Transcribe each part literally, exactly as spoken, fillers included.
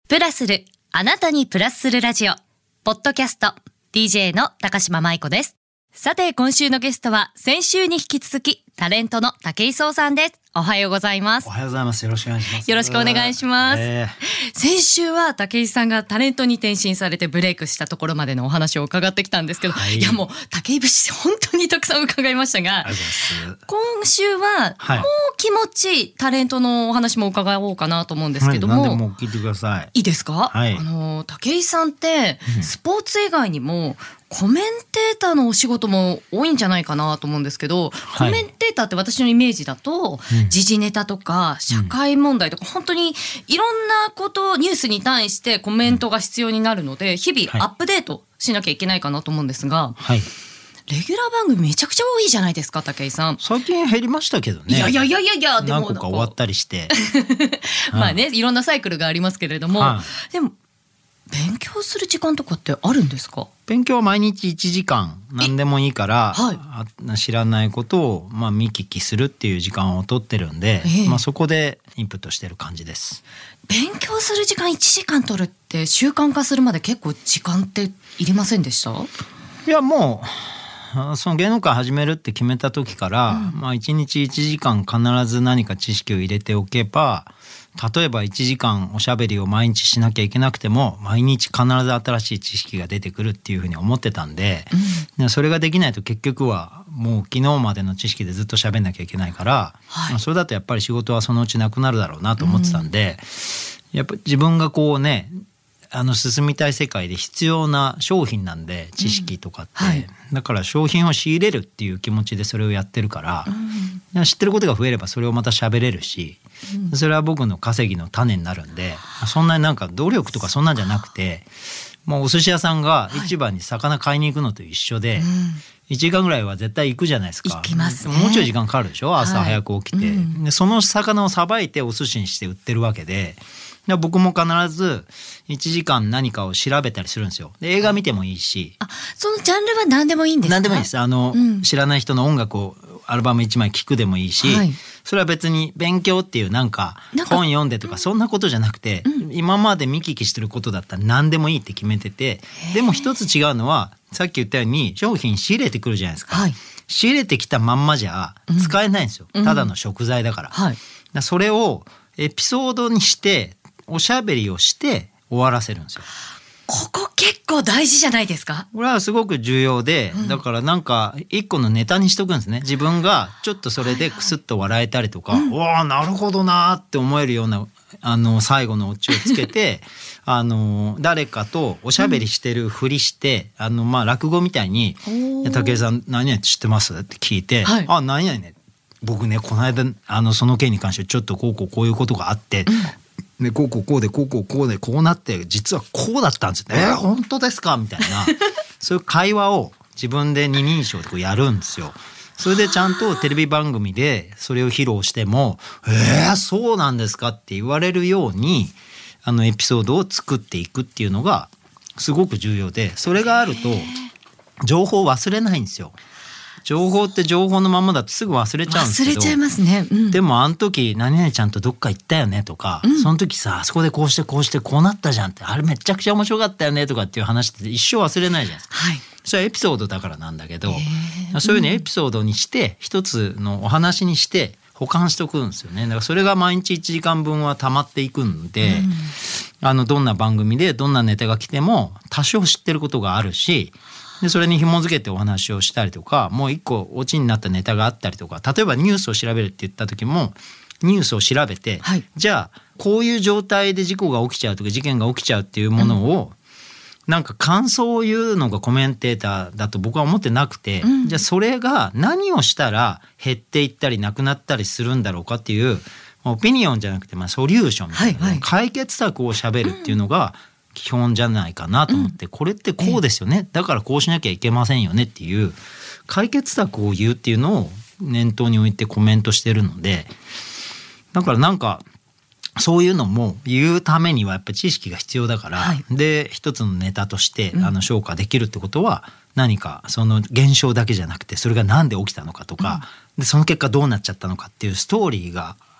プラスる、あなたにプラスするラジオポッドキャスト ディージェー の高島舞子です。さて今週のゲストは先週に引き続きタレントの武井壮さんです。おはようございます。 おはようございます。よろしくお願いします。 よろしくお願いします、 えー、 先週は武井さんがタレントに転身されてブレイクしたところまでのお話を伺ってきたんですけど、はい、いやもう武井節本当にたくさん伺いましたが、今週はもう気持ちいいタレントのお話も伺おうかなと思うんですけども、 はい、何でも聞いてください。 いいですか？ はい、 あの武井さんってスポーツ以外にもコメンテーターのお仕事も多いんじゃないかなと思うんですけど、はい、コメンテーターって私のイメージだと、うん、時事ネタとか社会問題とか、うん、本当にいろんなことニュースに対してコメントが必要になるので、日々アップデートしなきゃいけないかなと思うんですが、はい、レギュラー番組めちゃくちゃ多いじゃないですか武井さん。 最近減りましたけどね。 いやいやいやいやいや、でも何個か終わったりしてまあね、いろんなサイクルがありますけれども、はい、でも勉強する時間とかってあるんですか？ 勉強は毎日いちじかん何でもいいから、はい、知らないことを、まあ、見聞きするっていう時間を取ってるんで、えーまあ、そこでインプットしてる感じです。 勉強する時間いちじかん取るって習慣化するまで結構時間っていりませんでした？ いやもうその芸能界始めるって決めた時から、うんまあ、いちにちいちじかん必ず何か知識を入れておけば、例えばいちじかんおしゃべりを毎日しなきゃいけなくても毎日必ず新しい知識が出てくるっていうふうに思ってたんで、うん、それができないと結局はもう昨日までの知識でずっと喋んなきゃいけないから、はいまあ、それだとやっぱり仕事はそのうちなくなるだろうなと思ってたんで、うん、やっぱ自分がこうねあの進みたい世界で必要な商品なんで知識とかって、うんはい、だから商品を仕入れるっていう気持ちでそれをやってるから、うん、知ってることが増えればそれをまた喋れるし、うん、それは僕の稼ぎの種になるんで、そんなになんか努力とかそんなんじゃなくて、もうお寿司屋さんが市場に魚買いに行くのと一緒で、はいいちじかんぐらいは絶対行くじゃないですか。 行きますね。 もうちょい時間かかるでしょ、朝早く起きて、はいうん、でその魚をさばいてお寿司にして売ってるわけで、で僕も必ずいちじかん何かを調べたりするんですよ。で映画見てもいいし、 あそのジャンルは何でもいいんですか？ 何でもいいです。あの、うん、知らない人の音楽をアルバムいちまい聴くでもいいし、はい、それは別に勉強っていうなんか本読んでとかそんなことじゃなくて、うん、今まで見聞きしてることだったら何でもいいって決めてて、でも一つ違うのはさっき言ったように商品仕入れてくるじゃないですか、はい、仕入れてきたまんまじゃ使えないんですよ、うん、ただの食材だから、うんはい、だそれをエピソードにしておしゃべりをして終わらせるんですよ。 ここ結構大事じゃないですか？ これはすごく重要で、だからなんか一個のネタにしとくんですね。自分がちょっとそれでクスッと笑えたりとか、はいはい、おーなるほどなって思えるようなあの最後のオチをつけてあの誰かとおしゃべりしてるふりして、うん、あのまあ落語みたいに「武井さん何々知ってます?」って聞いて「はい、あ何々ね僕ねこの間あのその件に関してちょっとこうこうこういうことがあって、うんでこうこうこうでこうこうこうでこうなって実はこうだったんですよね。えー、本当ですかみたいなそういう会話を自分で二人称でこうやるんですよ。それでちゃんとテレビ番組でそれを披露してもえー、そうなんですかって言われるようにあのエピソードを作っていくっていうのがすごく重要で、それがあると情報を忘れないんですよ。情報って情報のままだとすぐ忘れちゃうんですけど、 忘れちゃいますね、うん、 でもあの時何々ちゃんとどっか行ったよねとか、うん、その時さあそこでこうしてこうしてこうなったじゃんってあれめちゃくちゃ面白かったよねとかっていう話って一生忘れないじゃないですか、はい、それはエピソードだからなんだけど、そういうねエピソードにして一つのお話にして保管しておくんですよね。だからそれが毎日いちじかんぶんは溜まっていくんで、うん、あのどんな番組でどんなネタが来ても多少知ってることがあるし、でそれに紐づけてお話をしたりとか、もう一個オチになったネタがあったりとか、例えばニュースを調べるって言った時もニュースを調べて、はい、じゃあこういう状態で事故が起きちゃうとか事件が起きちゃうっていうものを、うん、なんか感想を言うのがコメンテーターだと僕は思ってなくて、うん、じゃあそれが何をしたら減っていったりなくなったりするんだろうかっていうオピニオンじゃなくて、まあソリューションみたいな、はいはい、解決策を喋るっていうのが、うん基本じゃないかなと思って、これってこうですよね、だからこうしなきゃいけませんよねっていう解決策を言うっていうのを念頭に置いてコメントしてるので、だからなんかそういうのも言うためにはやっぱり知識が必要だから、はい、で一つのネタとしてあの消化できるってことは、何かその現象だけじゃなくてそれがなんで起きたのかとか、うん、でその結果どうなっちゃったのかっていうストーリーが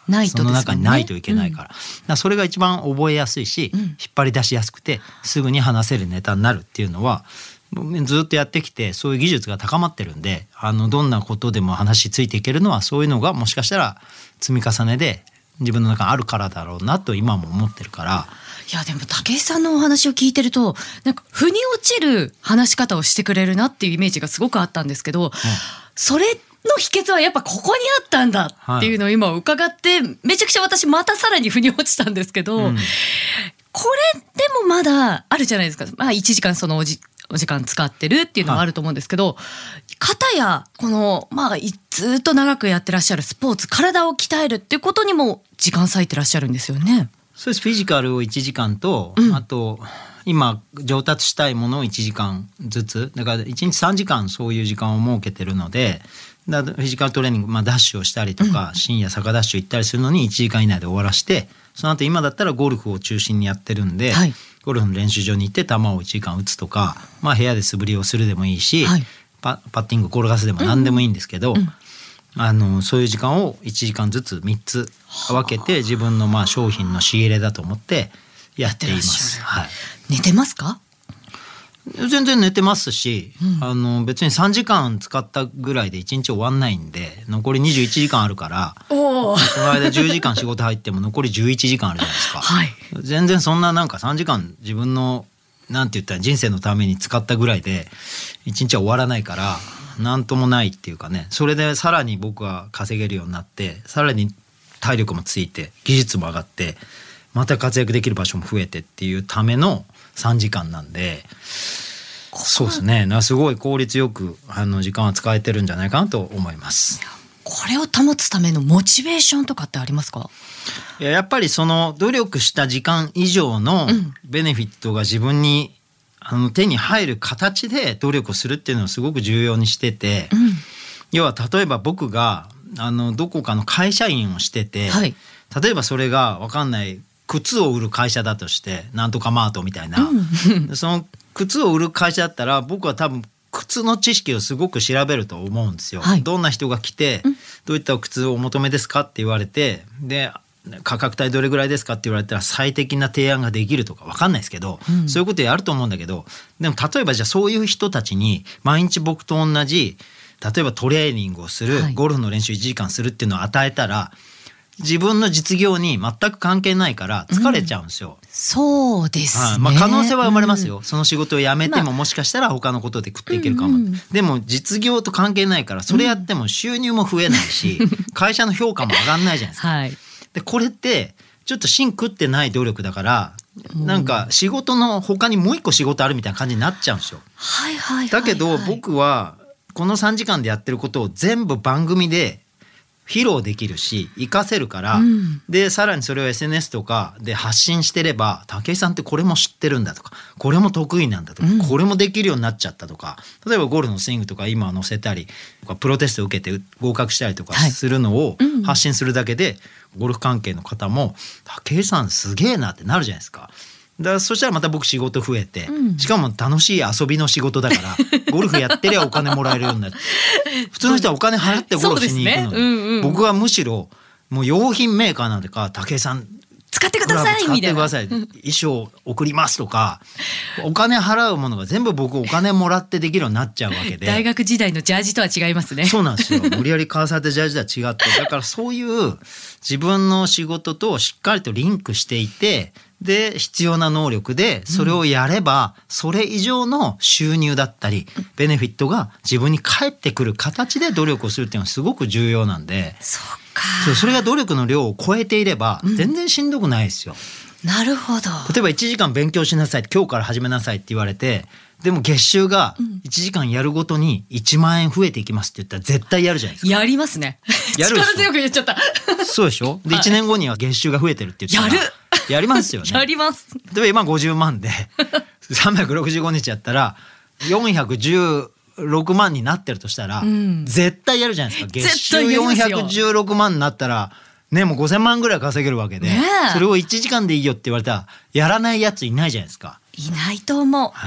ないとですもんね。 その中にないといけないから、うん、だからそれが一番覚えやすいし、うん、引っ張り出しやすくてすぐに話せるネタになるっていうのはずっとやってきて、そういう技術が高まってるんで、あのどんなことでも話ついていけるのはそういうのがもしかしたら積み重ねで自分の中にあるからだろうなと今も思ってるから。 いやでも武井さんのお話を聞いてるとなんか腑に落ちる話し方をしてくれるなっていうイメージがすごくあったんですけど、うん、それの秘訣はやっぱここにあったんだっていうのを今伺ってめちゃくちゃ私またさらに腑に落ちたんですけど、うん、これでもまだあるじゃないですか。まあいちじかんそのおじお時間使ってるっていうのはあると思うんですけど、かたやこのまあずっと長くやってらっしゃるスポーツ、体を鍛えるっていうことにも時間割いてらっしゃるんですよね。 そうです。フィジカルをいちじかんと、うん、あと今上達したいものをいちじかんずつ、だからいちにちさんじかんそういう時間を設けてるので、だフィジカルトレーニング、まあ、ダッシュをしたりとか、うん、深夜坂ダッシュ行ったりするのにいちじかん以内で終わらして、その後今だったらゴルフを中心にやってるんで、はい、ゴルフの練習場に行って球をいちじかん打つとか、まあ、部屋で素振りをするでもいいし、はい、パ, パッティング転がすでも何でもいいんですけど、うんうんあのそういう時間をいちじかんずつみっつ分けて自分のまあ商品の仕入れだと思ってやっています。はい、 寝てますか？ 全然寝てますし、うん、あの別にさんじかん使ったぐらいでいちにち終わんないんで、残りにじゅういちじかんあるからおこの間じゅうじかん仕事入っても残りじゅういちじかんあるじゃないですか、はい、全然そんななんかさんじかん自分のなんて言ったら人生のために使ったぐらいでいちにちは終わらないからなんともないっていうかね。それでさらに僕は稼げるようになって、さらに体力もついて技術も上がって、また活躍できる場所も増えてっていうためのさんじかんなんで、そうですね、すごい効率よくあの時間は使えてるんじゃないかなと思います。 これを保つためのモチベーションとかってありますか？ いや、やっぱりその努力した時間以上のベネフィットが自分にあの手に入る形で努力をするっていうのをすごく重要にしてて、うん、要は例えば僕があのどこかの会社員をしてて、はい、例えばそれが分かんない靴を売る会社だとして、なんとかマートみたいな、うん、その靴を売る会社だったら僕は多分靴の知識をすごく調べると思うんですよ、はい、どんな人が来て、うん、どういった靴をお求めですかって言われて、で価格帯どれぐらいですかって言われたら最適な提案ができるとか分かんないですけど、うん、そういうことやると思うんだけど、でも例えばじゃあそういう人たちに毎日僕と同じ例えばトレーニングをする、はい、ゴルフの練習いちじかんするっていうのを与えたら自分の実業に全く関係ないから疲れちゃうんですよ、うん、 そうですね、 はい、まあ、可能性は生まれますよ、うん、その仕事を辞めてももしかしたら他のことで食っていけるかも、うんうん、でも実業と関係ないからそれやっても収入も増えないし、うん、会社の評価も上がんないじゃないですか、はい、でこれってちょっと芯食ってない努力だから、うん、なんか仕事の他にもう一個仕事あるみたいな感じになっちゃうんですよ、 はいはいはいはい、 だけど僕はこのさんじかんでやってることを全部番組で披露できるし活かせるから、うん、でさらにそれを エスエヌエス とかで発信してれば、武井さんってこれも知ってるんだとかこれも得意なんだとか、うん、これもできるようになっちゃったとか、例えばゴルフのスイングとか今載せたりとかプロテスト受けて合格したりとかするのを発信するだけで、はい、うん、ゴルフ関係の方も武井さんすげえなってなるじゃないですか。だからそしたらまた僕仕事増えて、うん、しかも楽しい遊びの仕事だからゴルフやってりゃお金もらえるようになって普通の人はお金払ってゴルフしに行くのに、ね、うんうん、僕はむしろもう用品メーカーなんでか武井さん使ってくださいみたいな、 使ってください、衣装送りますとかお金払うものが全部僕お金もらってできるようになっちゃうわけで大学時代のジャージとは違いますね。 そうなんですよ、無理やり買わされたジャージとは違ってだからそういう自分の仕事としっかりとリンクしていて、で必要な能力でそれをやれば、うん、それ以上の収入だったりベネフィットが自分に返ってくる形で努力をするっていうのはすごく重要なんで、 そうか、 そう、それが努力の量を超えていれば全然しんどくないですよ、 うん、なるほど。 例えばいちじかん勉強しなさい、今日から始めなさいって言われて、でも月収がいちじかんやるごとにいちまんえん増えていきますって言ったら絶対やるじゃないですか。 やりますね。 やる力強く言っちゃった。 そうでしょ。でいちねんごには月収が増えてるって言ったらやるやりますよね。 やります。 例えば今ごじゅうまんでさんびゃくろくじゅうごにちやったらよんひゃくじゅうろくまんになってるとしたら、うん、絶対やるじゃないですか。月収よんひゃくじゅうろくまんになったらね、もうごせんまんぐらい稼げるわけで、ね、それをいちじかんでいいよって言われたらやらないやついないじゃないですか。 いないと思う、 はい、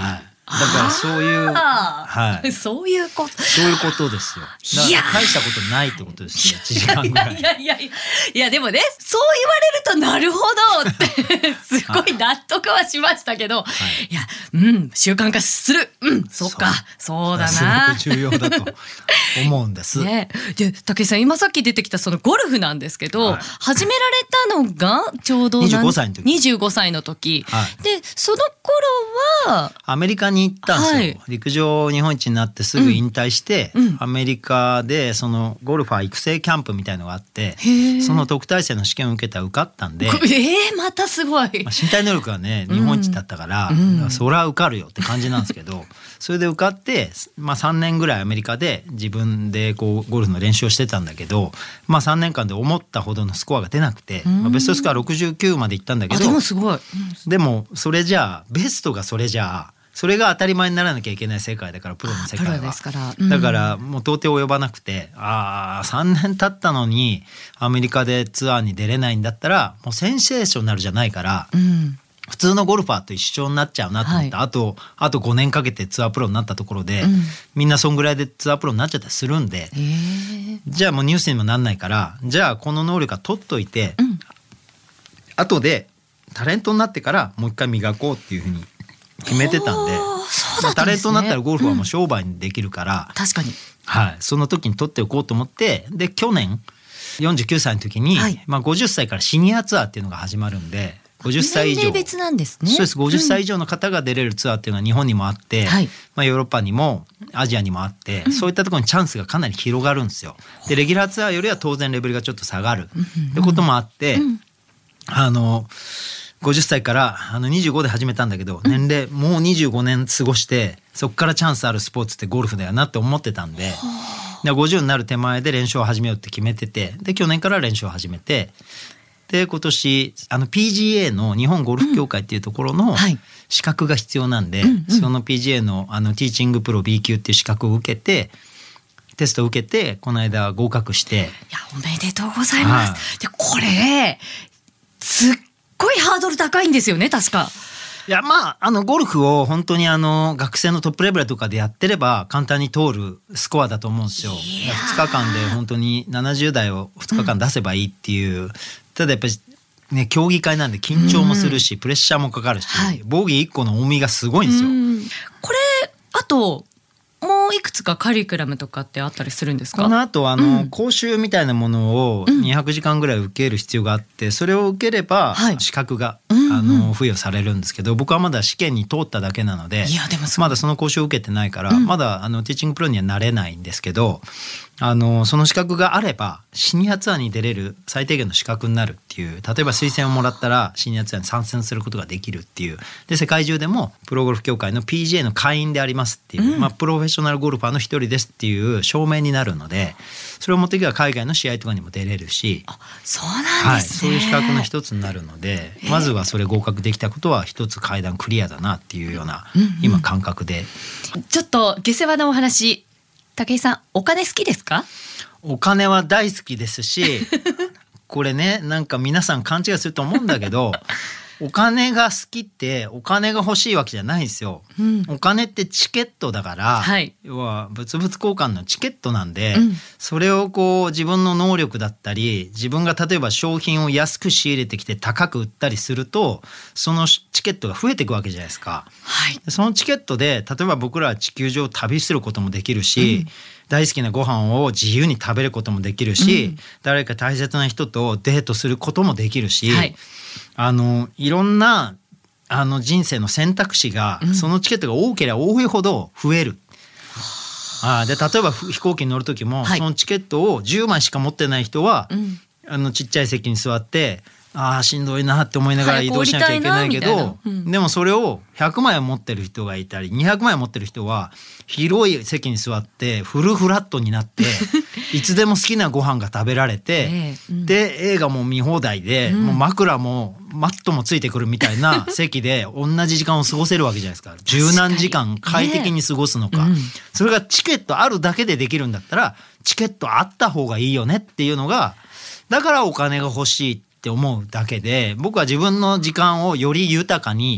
だからそういう、はい、 そういうこと、 そういうことですよ。だから大したことないってことですよ。いちじかんぐらい。 いやいやいやいや、でもね、そう言われるとなるほどってすごい納得はしましたけど、はい、いや、うん、習慣化する、うん、そっか、そうだな、 すごく重要だと思うんです。 ね、で武井さん、今さっき出てきたそのゴルフなんですけど、はい、始められたのがちょうどにじゅうごさいの時。 にじゅうごさいの時、はい、でその頃はアメリカに行ったんですよ、はい、陸上日本一になってすぐ引退して、うんうん、アメリカでそのゴルファー育成キャンプみたいのがあって、その特待生の試験を受けたら受かったんで、 えー、またすごい、 まあ、身体能力がね日本一だったから、うん、そりゃ受かるよって感じなんですけどそれで受かって、まあ、さんねんぐらいアメリカで自分でこうゴルフの練習をしてたんだけど、まあ、さんねんかんで思ったほどのスコアが出なくて、まあ、ベストスコアろくじゅうきゅうまでいったんだけど、 でもすごい、 でもそれじゃあベストがそれじゃあそれが当たり前にならなきゃいけない世界だから、プロの世界はですから、うん、 だからもう到底及ばなくて、ああさんねん経ったのにアメリカでツアーに出れないんだったらもうセンセーショナルじゃないから、うん、普通のゴルファーと一緒になっちゃうなと思って、はい、あとあとごねんかけてツアープロになったところで、うん、みんなそんぐらいでツアープロになっちゃったりするんで、じゃあもうニュースにもなんないから、じゃあこの能力は取っといて、うん、後でタレントになってからもう一回磨こうっていうふうに決めてたんで、 そうだったんですね。 タレントになったらゴルフはもう商売にできるから、 うん、確かに、 はい、その時に取っておこうと思って、で去年よんじゅうきゅうさいの時に、はい、まあ、ごじゅっさいからシニアツアーっていうのが始まるんで、ごじゅっさい以上、 年齢別なんですね。 そうです。ごじゅっさい以上の方が出れるツアーっていうのは日本にもあって、うん、まあ、ヨーロッパにもアジアにもあって、うん、そういったところにチャンスがかなり広がるんですよ。でレギュラーツアーよりは当然レベルがちょっと下がるってこともあって、うん、あのごじゅっさいからあのにじゅうごで始めたんだけど、年齢もうにじゅうごねん過ごしてそこからチャンスあるスポーツってゴルフだよなって思ってたんで、でごじゅうになる手前で練習を始めようって決めてて、で去年から練習を始めて、で今年あの ピージーエー の日本ゴルフ協会っていうところの資格が必要なんで、うんはい、その ピージーエー の, あのティーチングプロ ビー 級っていう資格を受けて、テストを受けてこの間合格して、いやおめでとうございます、はい、でこれすっすごいハードル高いんですよね、確か。 いやまああのゴルフを本当にあの学生のトップレベルとかでやってれば簡単に通るスコアだと思うんですよ。ふつかかんで本当にななじゅうだいをふつかかん出せばいいっていう、うん、ただやっぱりね競技会なんで緊張もするし、うん、プレッシャーもかかるし、はい、ボギーいっこの重みがすごいんですよ。うん、これあともういくつかカリキュラムとかってあったりするんですか？ この後あの、うん、講習みたいなものをにひゃくじかんぐらい受ける必要があって、それを受ければ資格が、はい、あの付与されるんですけど、僕はまだ試験に通っただけなので、 いやでもまだその講習を受けてないから、うん、まだあのティーチングプロにはなれないんですけど、あのその資格があればシニアツアーに出れる最低限の資格になるっていう、例えば推薦をもらったらシニアツアーに参戦することができるっていう、で世界中でもプロゴルフ協会の ピージーエー の会員でありますっていう、うん、まあ、プロフェッショナルゴルファーの一人ですっていう証明になるので、それを持っていけば海外の試合とかにも出れるし、 あ、そうなんですね、 はい、そういう資格の一つになるので、まずはそれ合格できたことは一つ階段クリアだなっていうような、うんうん、今感覚で。 ちょっと下世話なお話、武井さんお金好きですか？ お金は大好きですしこれね、なんか皆さん勘違いすると思うんだけどお金が好きってお金が欲しいわけじゃないんですよ、うん、お金ってチケットだから、はい、要は物々交換のチケットなんで、うん、それをこう自分の能力だったり、自分が例えば商品を安く仕入れてきて高く売ったりすると、そのチケットが増えていくわけじゃないですか、はい、そのチケットで例えば僕らは地球上を旅することもできるし、うん、大好きなご飯を自由に食べることもできるし、うん、誰か大切な人とデートすることもできるし、はい、あのいろんなあの人生の選択肢が、うん、そのチケットが多ければ多いほど増える。あで例えば飛行機に乗る時も、はい、そのチケットをじゅうまいしか持ってない人は、うん、あのちっちゃい席に座ってあーしんどいなって思いながら移動しなきゃいけないけど、うん、でもそれをひゃくまい持ってる人がいたりにひゃくまい持ってる人は広い席に座ってフルフラットになっていつでも好きなご飯が食べられて、えーうん、で映画も見放題で、うん、もう枕もマットもついてくるみたいな席で同じ時間を過ごせるわけじゃないですか。十何時間快適に過ごすのか、ね、うん、それがチケットあるだけでできるんだったらチケットあった方がいいよねっていうのが、だからお金が欲しいって思うだけで、僕は自分の時間をより豊かに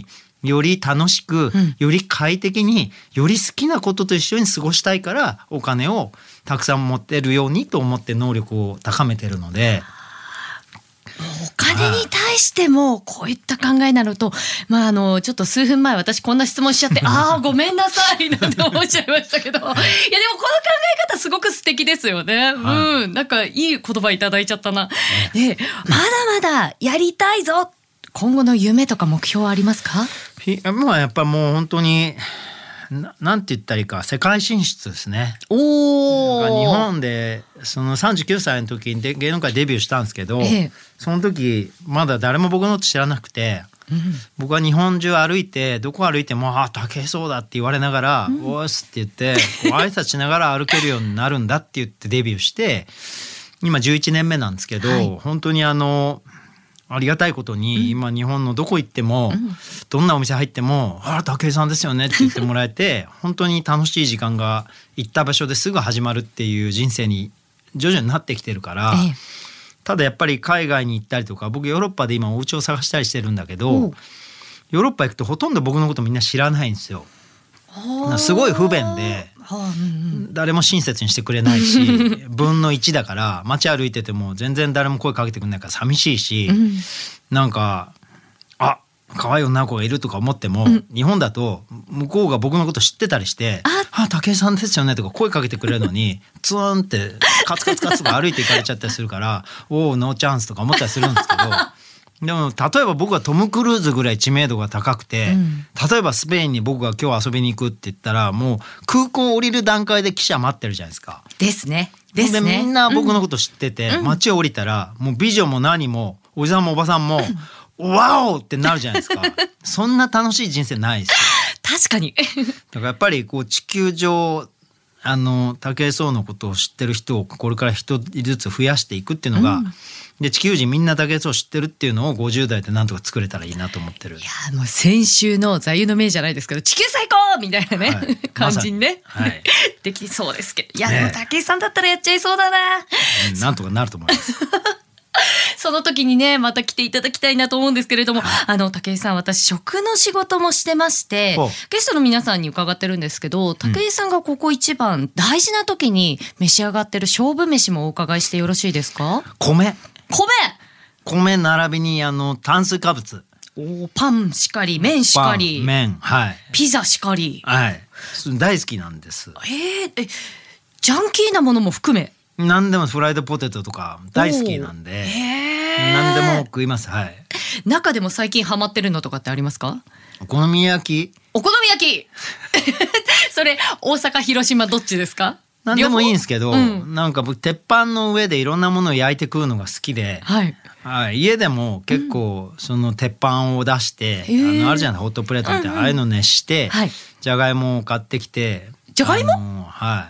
より楽しく、うん、より快適に、より好きなことと一緒に過ごしたいからお金をたくさん持ってるようにと思って能力を高めてるので、 お金に対してもこういった考えなのと、まあ、あのちょっと数分前私こんな質問しちゃってああごめんなさいなんて思っちゃいましたけどいやでもこの考え方すごく素敵ですよね、はい、うん、なんかいい言葉いただいちゃったな、でまだまだやりたいぞ、今後の夢とか目標はありますか？ まあやっぱもう本当に な, なんて言ったらいいか、世界進出ですね。 おなんか日本でそのさんじゅうきゅうさいの時にで芸能界デビューしたんですけど、ええ、その時まだ誰も僕のこと知らなくて、うん、僕は日本中歩いてどこ歩いてもあ武井壮だって言われながら、うん、おーすって言ってこう挨拶しながら歩けるようになるんだって言ってデビューして今じゅういちねんめなんですけど、はい、本当にあのありがたいことに今日本のどこ行っても、うん、どんなお店入ってもあ武井さんですよねって言ってもらえて本当に楽しい時間が行った場所ですぐ始まるっていう人生に徐々になってきてるから、ええ、ただやっぱり海外に行ったりとか、僕ヨーロッパで今お家を探したりしてるんだけど、ヨーロッパ行くとほとんど僕のことみんな知らないんですよ。すごい不便で誰も親切にしてくれないし分のいちだから街歩いてても全然誰も声かけてくれないから寂しいし、うん、なんかあ可愛い女の子がいるとか思っても、うん、日本だと向こうが僕のこと知ってたりしてあ武井さんですよねとか声かけてくれるのにツーンってカツカツカツとか歩いていかれちゃったりするからおおノーチャンスとか思ったりするんですけどでも例えば僕はトム・クルーズぐらい知名度が高くて、うん、例えばスペインに僕が今日遊びに行くって言ったらもう空港降りる段階で記者待ってるじゃないですか。 ですね。ですね。 でみんな僕のこと知ってて、うん、街を降りたらもう美女も何もおじさんもおばさんも、うん、ワオってなるじゃないですかそんな楽しい人生ないですよ。 確かにだからやっぱりこう地球上あの武井壮のことを知ってる人をこれから一人ずつ増やしていくっていうのが、うん、で地球人みんな武井壮知ってるっていうのをごじゅう代でなんとか作れたらいいなと思ってる。 いやもう先週の座右の銘じゃないですけど地球最高みたいなね、はい、感じにね、まはい、できそうですけど、いや、ね、でも武井さんだったらやっちゃいそうだな、 うん、なんとかなると思いますその時にねまた来ていただきたいなと思うんですけれども、はい、あの武井さん私食の仕事もしてましてゲストの皆さんに伺ってるんですけど、武井さんがここ一番大事な時に召し上がってる勝負飯もお伺いしてよろしいですか？ 米米米並びにあの炭水化物、 おパンしかり麺しかり麺、はい、 ピザしかり、 はい、大好きなんです。 えー、えジャンキーなものも含め何でもフライドポテトとか大好きなんで何でも食います、はい、 中でも最近ハマってるのとかってありますか？ お好み焼きお好み焼きそれ大阪広島どっちですか？ 何でもいいんですけど、うん、なんか僕鉄板の上でいろんなものを焼いて食うのが好きで、はいはい、家でも結構その鉄板を出して、うん、あのあるじゃないホットプレートみたいな、うんうん、ああいうの熱して、はい、じゃがいもを買ってきてじゃがいも、 はい、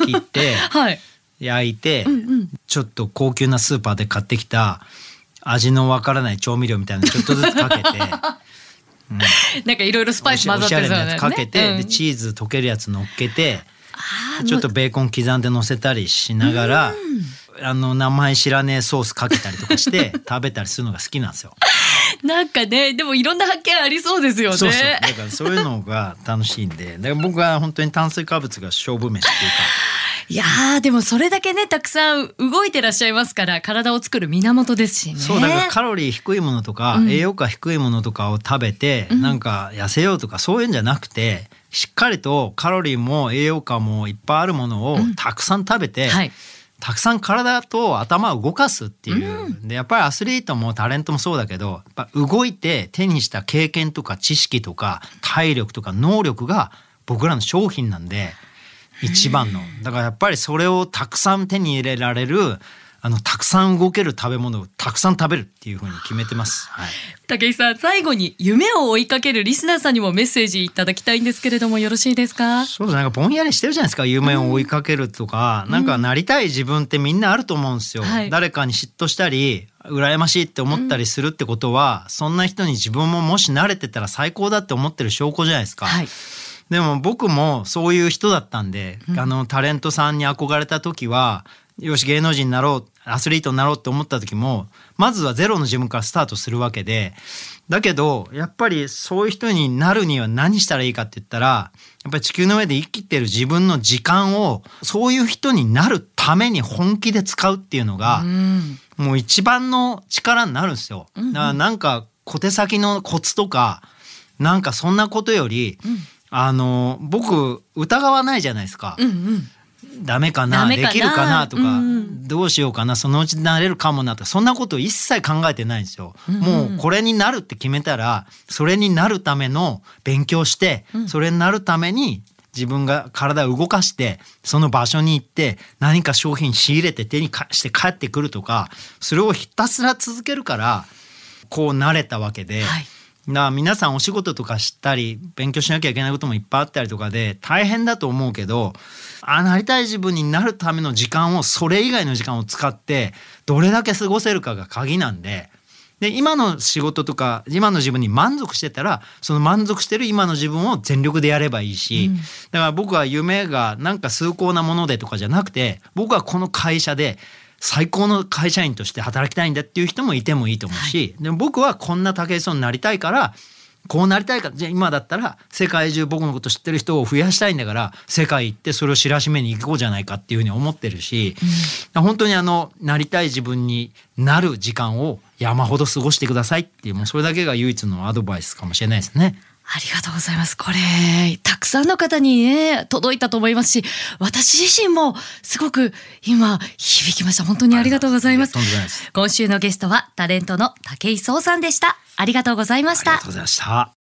切って、はい、焼いて、うんうん、ちょっと高級なスーパーで買ってきた味のわからない調味料みたいなのちょっとずつかけて、うん、 なんかいろいろスパイス混ざってるおしゃれなやつかけて、ねうん、でチーズ溶けるやつ乗っけてちょっとベーコン刻んで乗せたりしながら、あの名前知らねえソースかけたりとかして食べたりするのが好きなんですよ。 なんかねでもいろんな発見ありそうですよね。 そうそうだからそういうのが楽しいんで、だから僕は本当に炭水化物が勝負飯っていうか。 いやーでもそれだけねたくさん動いてらっしゃいますから体を作る源ですしね。 そうだからカロリー低いものとか、うん、栄養価低いものとかを食べて、うん、なんか痩せようとかそういうんじゃなくてしっかりとカロリーも栄養価もいっぱいあるものをたくさん食べて、うんはい、たくさん体と頭を動かすっていう、うん、でやっぱりアスリートもタレントもそうだけどやっぱ動いて手にした経験とか知識とか体力とか能力が僕らの商品なんで一番のだからやっぱりそれをたくさん手に入れられるあのたくさん動ける食べ物をたくさん食べるっていう風に決めてます、はい、 武井さん最後に夢を追いかけるリスナーさんにもメッセージいただきたいんですけれどもよろしいですか？ そうです、なんかぼんやりしてるじゃないですか夢を追いかけるとか、うん、なんかなりたい自分ってみんなあると思うんですよ、はい、誰かに嫉妬したり羨ましいって思ったりするってことは、うん、そんな人に自分ももし慣れてたら最高だって思ってる証拠じゃないですか、はい、でも僕もそういう人だったんで、うん、あのタレントさんに憧れた時はよし芸能人になろうアスリートになろうって思った時もまずはゼロの自分からスタートするわけで、だけどやっぱりそういう人になるには何したらいいかって言ったら、やっぱり地球の上で生きてる自分の時間をそういう人になるために本気で使うっていうのが、うん、もう一番の力になるんですよ。だからなんか小手先のコツとかなんかそんなことより、うん、あの僕疑わないじゃないですか。うんうん、ダメかな、できるかなとか、うん、どうしようかな、そのうちなれるかもなとか、そんなこと一切考えてないんですよ。うんうん、もうこれになるって決めたらそれになるための勉強して、うん、それになるために自分が体を動かしてその場所に行って何か商品仕入れて手にして帰ってくるとか、それをひたすら続けるからこうなれたわけで、はい、だから皆さんお仕事とかしたり勉強しなきゃいけないこともいっぱいあったりとかで大変だと思うけど、あなりたい自分になるための時間をそれ以外の時間を使ってどれだけ過ごせるかが鍵なんで、で今の仕事とか今の自分に満足してたらその満足してる今の自分を全力でやればいいし、うん、だから僕は夢がなんか崇高なものでとかじゃなくて、僕はこの会社で最高の会社員として働きたいんだっていう人もいてもいいと思うし、はい、でも僕はこんな武井壮になりたいからこうなりたいから、じゃあ今だったら世界中僕のこと知ってる人を増やしたいんだから世界行ってそれを知らしめに行こうじゃないかっていうふうに思ってるし、うん、本当にあのなりたい自分になる時間を山ほど過ごしてくださいっていう、もうそれだけが唯一のアドバイスかもしれないですね。 ありがとうございます。これたくさんの方にね届いたと思いますし、私自身もすごく今響きました。本当にありがとうございます。今週のゲストはタレントの武井壮さんでした。ありがとうございました。 ありがとうございました。